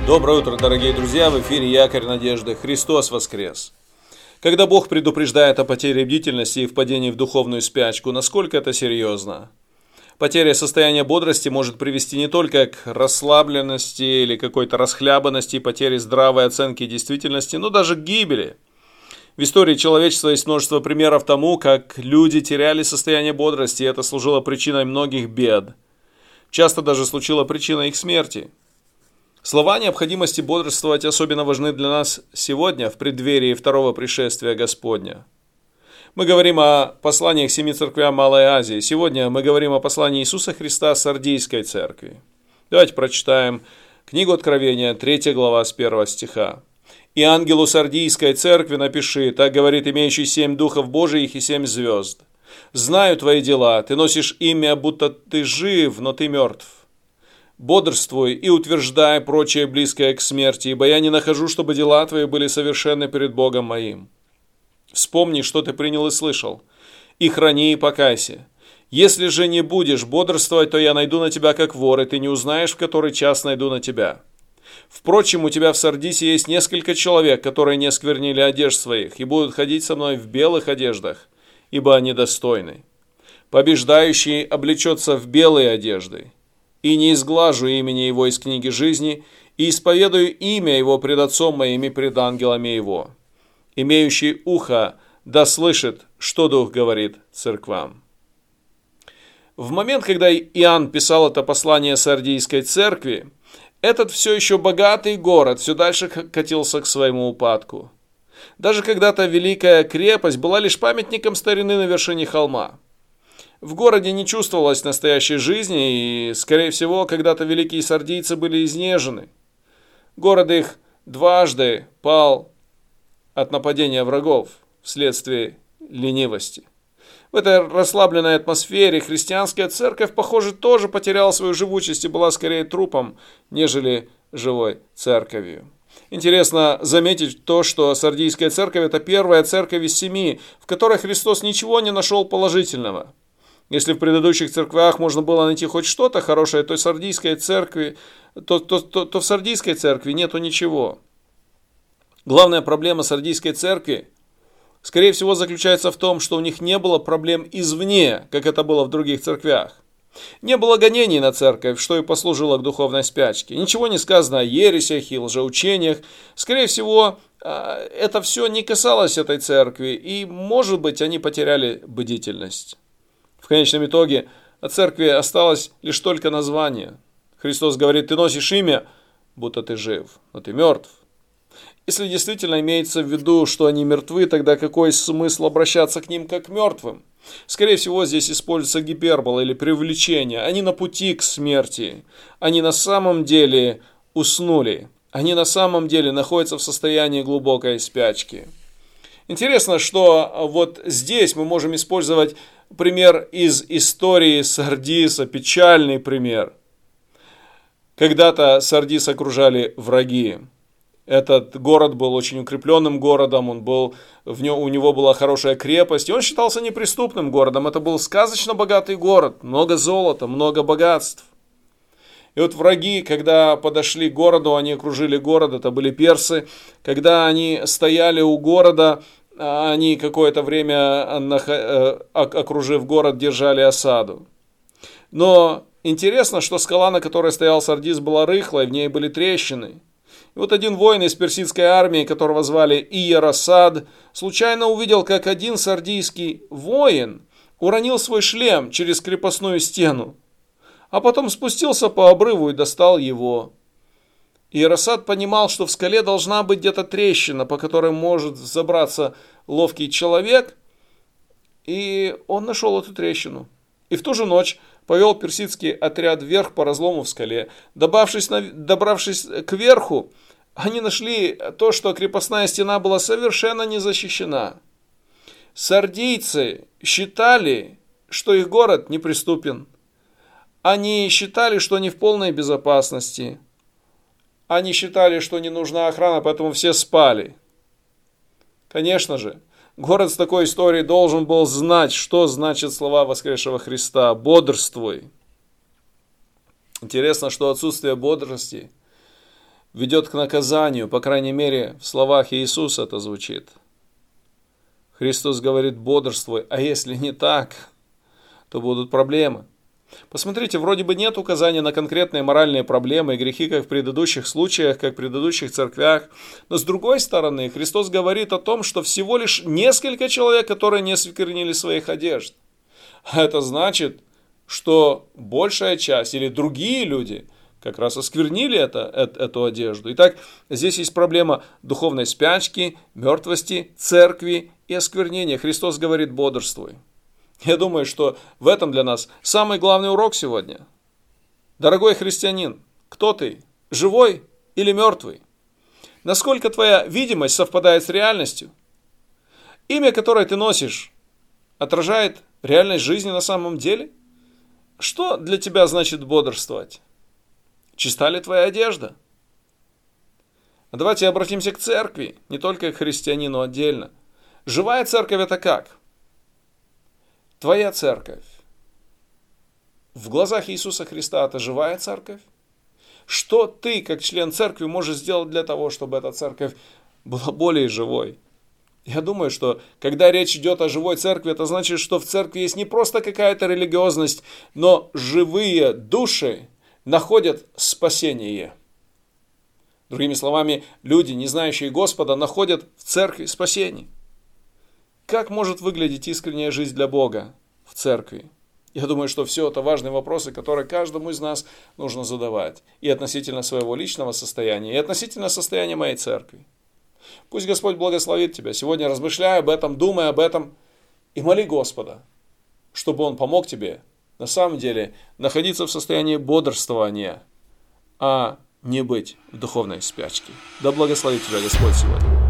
Доброе утро, дорогие друзья! В эфире Якорь Надежды. Христос воскрес! Когда Бог предупреждает о потере бдительности и впадении в духовную спячку, насколько это серьезно? Потеря состояния бодрости может привести не только к расслабленности или какой-то расхлябанности и потере здравой оценки действительности, но даже к гибели. В истории человечества есть множество примеров тому, как люди теряли состояние бодрости, и это служило причиной многих бед. Часто даже случило причиной их смерти. Слова о необходимости бодрствовать особенно важны для нас сегодня, в преддверии второго пришествия Господня. Мы говорим о послании к 7 церквям Малой Азии. Сегодня мы говорим о послании Иисуса Христа Сардийской церкви. Давайте прочитаем книгу Откровения, 3 глава с 1 стиха. «И ангелу Сардийской церкви напиши, так говорит имеющий 7 духов Божиих и 7 звезд. Знаю твои дела, ты носишь имя, будто ты жив, но ты мертв. Бодрствуй и утверждай прочее близкое к смерти, ибо я не нахожу, чтобы дела твои были совершенны перед Богом моим. Вспомни, что ты принял и слышал, и храни и покайся. Если же не будешь бодрствовать, то я найду на тебя как вор, и ты не узнаешь, в который час найду на тебя. Впрочем, у тебя в Сардисе есть несколько человек, которые не осквернили одежд своих, и будут ходить со мной в белых одеждах, ибо они достойны. Побеждающий облечется в белые одежды. И не изглажу имени его из книги жизни, и исповедую имя его пред Отцом моим и пред ангелами его. Имеющий ухо да слышит, что Дух говорит церквам». В момент, когда Иоанн писал это послание Сардийской церкви, этот все еще богатый город все дальше катился к своему упадку. Даже когда-то великая крепость была лишь памятником старины на вершине холма. В городе не чувствовалось настоящей жизни, и, скорее всего, когда-то великие сардийцы были изнежены. Город их дважды пал от нападения врагов вследствие ленивости. В этой расслабленной атмосфере христианская церковь, похоже, тоже потеряла свою живучесть и была скорее трупом, нежели живой церковью. Интересно заметить то, что Сардийская церковь – это первая церковь из 7, в которой Христос ничего не нашел положительного. Если в предыдущих церквях можно было найти хоть что-то хорошее, то в Сардийской церкви нету ничего. Главная проблема Сардийской церкви, скорее всего, заключается в том, что у них не было проблем извне, как это было в других церквях. Не было гонений на церковь, что и послужило к духовной спячке. Ничего не сказано о ересях и лжеучениях. Скорее всего, это все не касалось этой церкви, и, может быть, они потеряли бдительность. В конечном итоге от церкви осталось лишь только название. Христос говорит: ты носишь имя, будто ты жив, но ты мертв. Если действительно имеется в виду, что они мертвы, тогда какой смысл обращаться к ним как к мертвым? Скорее всего, здесь используется гипербола или преувеличение. Они на пути к смерти. Они на самом деле уснули. Они на самом деле находятся в состоянии глубокой спячки. Интересно, что вот здесь мы можем использовать пример из истории Сардиса, печальный пример. Когда-то Сардис окружали враги. Этот город был очень укрепленным городом, у него была хорошая крепость, и он считался неприступным городом. Это был сказочно богатый город, много золота, много богатств. И вот враги, когда подошли к городу, они окружили город, это были персы. Когда они стояли у города, они какое-то время, окружив город, держали осаду. Но интересно, что скала, на которой стоял Сардис, была рыхлой, в ней были трещины. И вот один воин из персидской армии, которого звали Иеросад, случайно увидел, как один сардийский воин уронил свой шлем через крепостную стену, а потом спустился по обрыву и достал его. Иеросад понимал, что в скале должна быть где-то трещина, по которой может забраться ловкий человек, и он нашел эту трещину. И в ту же ночь повел персидский отряд вверх по разлому в скале. Добравшись к верху, они нашли то, что крепостная стена была совершенно не защищена. Сардийцы считали, что их город неприступен. Они считали, что они в полной безопасности. Они считали, что не нужна охрана, поэтому все спали. Конечно же, город с такой историей должен был знать, что значат слова воскресшего Христа: «Бодрствуй». Интересно, что отсутствие бодрости ведет к наказанию, по крайней мере, в словах Иисуса это звучит. Христос говорит: бодрствуй, а если не так, то будут проблемы. Посмотрите, вроде бы нет указания на конкретные моральные проблемы и грехи, как в предыдущих случаях, как в предыдущих церквях. Но с другой стороны, Христос говорит о том, что всего лишь несколько человек, которые не осквернили своих одежд. А это значит, что большая часть или другие люди как раз осквернили эту одежду. Итак, здесь есть проблема духовной спячки, мертвости, церкви и осквернения. Христос говорит: бодрствуй. Я думаю, что в этом для нас самый главный урок сегодня. Дорогой христианин, кто ты? Живой или мертвый? Насколько твоя видимость совпадает с реальностью? Имя, которое ты носишь, отражает реальность жизни на самом деле? Что для тебя значит бодрствовать? Чиста ли твоя одежда? Давайте обратимся к церкви, не только к христианину отдельно. Живая церковь — это как? Твоя церковь в глазах Иисуса Христа — это живая церковь? Что ты, как член церкви, можешь сделать для того, чтобы эта церковь была более живой? Я думаю, что когда речь идет о живой церкви, это значит, что в церкви есть не просто какая-то религиозность, но живые души находят спасение. Другими словами, люди, не знающие Господа, находят в церкви спасение. Как может выглядеть искренняя жизнь для Бога в церкви? Я думаю, что все это важные вопросы, которые каждому из нас нужно задавать. И относительно своего личного состояния, и относительно состояния моей церкви. Пусть Господь благословит тебя. Сегодня размышляй об этом, думай об этом и моли Господа, чтобы Он помог тебе на самом деле находиться в состоянии бодрствования, а не быть в духовной спячке. Да благословит тебя Господь сегодня.